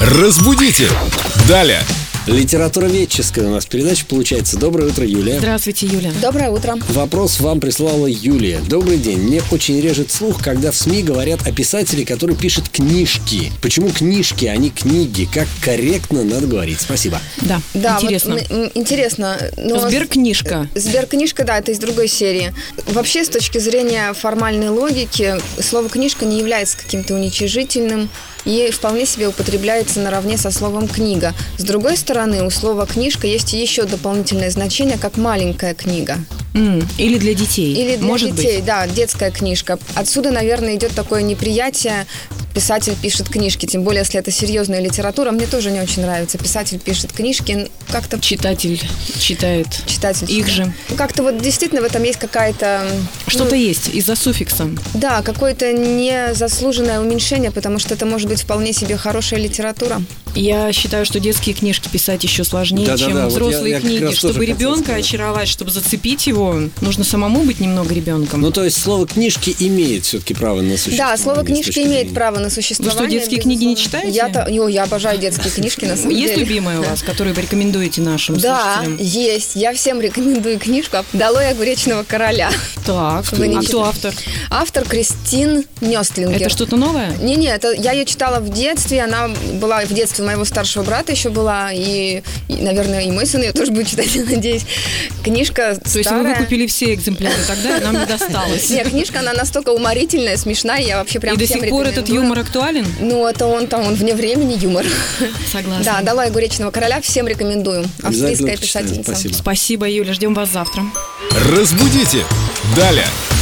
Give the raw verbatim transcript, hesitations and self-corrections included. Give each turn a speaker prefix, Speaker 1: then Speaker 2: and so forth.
Speaker 1: Разбудите! Далее!
Speaker 2: Литературоведческая у нас передача получается. Доброе утро, Юлия.
Speaker 3: Здравствуйте, Юля.
Speaker 4: Доброе утро.
Speaker 2: Вопрос вам прислала Юлия. Добрый день. Мне очень режет слух, когда в СМИ говорят о писателе, который пишет книжки. Почему книжки, а не книги? Как корректно надо говорить? Спасибо.
Speaker 3: Да,
Speaker 4: Да,
Speaker 3: интересно.
Speaker 4: Вот, м, интересно. Но
Speaker 3: Сберкнижка.
Speaker 4: Сберкнижка, да, это из другой серии. Вообще, с точки зрения формальной логики, слово «книжка» не является каким-то уничижительным и вполне себе употребляется наравне со словом «книга». С другой стороны, у слова «книжка» есть еще дополнительное значение, как «маленькая книга».
Speaker 3: М, Или для детей.
Speaker 4: Или для
Speaker 3: Может
Speaker 4: детей,
Speaker 3: быть.
Speaker 4: да, детская книжка. Отсюда, наверное, идет такое неприятие. Писатель пишет книжки, тем более, если это серьезная литература. Мне тоже не очень нравится. Писатель пишет книжки, как-то...
Speaker 3: Читатель читает
Speaker 4: Читатель
Speaker 3: их же.
Speaker 4: Как-то вот действительно в этом есть какая-то...
Speaker 3: Что-то
Speaker 4: ну,
Speaker 3: есть из-за суффикса.
Speaker 4: Да, какое-то незаслуженное уменьшение, потому что это может быть вполне себе хорошая литература.
Speaker 3: Я считаю, что детские книжки писать еще сложнее,
Speaker 2: Да-да-да,
Speaker 3: чем
Speaker 2: вот
Speaker 3: взрослые
Speaker 2: я- я как
Speaker 3: книги.
Speaker 2: раз тоже
Speaker 3: Чтобы
Speaker 2: хотел
Speaker 3: ребенка
Speaker 2: сказать.
Speaker 3: очаровать, чтобы зацепить его, нужно самому быть немного ребенком.
Speaker 2: Ну, то есть слово «книжки» имеет все-таки право на существование.
Speaker 4: Да, слово
Speaker 2: с
Speaker 4: «книжки»
Speaker 2: точки
Speaker 4: имеет
Speaker 2: зрения.
Speaker 4: право на существование.
Speaker 3: детские книги не
Speaker 4: безусловно.
Speaker 3: читаете?
Speaker 4: Я-то, ё, я обожаю детские книжки, на самом
Speaker 3: Есть
Speaker 4: деле.
Speaker 3: любимые у вас, которые вы рекомендуете нашим
Speaker 4: Да,
Speaker 3: слушателям?
Speaker 4: есть. Я всем рекомендую книжку «Долой огуречного короля».
Speaker 3: Так,
Speaker 4: Вы не
Speaker 3: а кто
Speaker 4: читали?
Speaker 3: автор?
Speaker 4: Автор Кристин Нёстлингер.
Speaker 3: Это что-то новое?
Speaker 4: Не-не, это я ее читала в детстве, она была в детстве моего старшего брата еще была, и, и, наверное, и мой сын ее тоже будет читать, я надеюсь. Книжка старая.
Speaker 3: То есть вы выкупили все экземпляры тогда, и нам не досталось.
Speaker 4: Нет, книжка, она настолько уморительная, смешная, я вообще прям
Speaker 3: И до
Speaker 4: всем
Speaker 3: сих пор этот
Speaker 4: рекомендую.
Speaker 3: юмор актуален?
Speaker 4: Ну, это он там, он вне времени юмор.
Speaker 3: Согласна.
Speaker 4: Да, «Долой огуречного короля» всем рекомендую.
Speaker 2: Обязательно
Speaker 4: Австрийская
Speaker 2: почитаю.
Speaker 4: писательница.
Speaker 2: Спасибо.
Speaker 3: Спасибо, Юля, ждем вас завтра.
Speaker 1: Разбудите! Далее!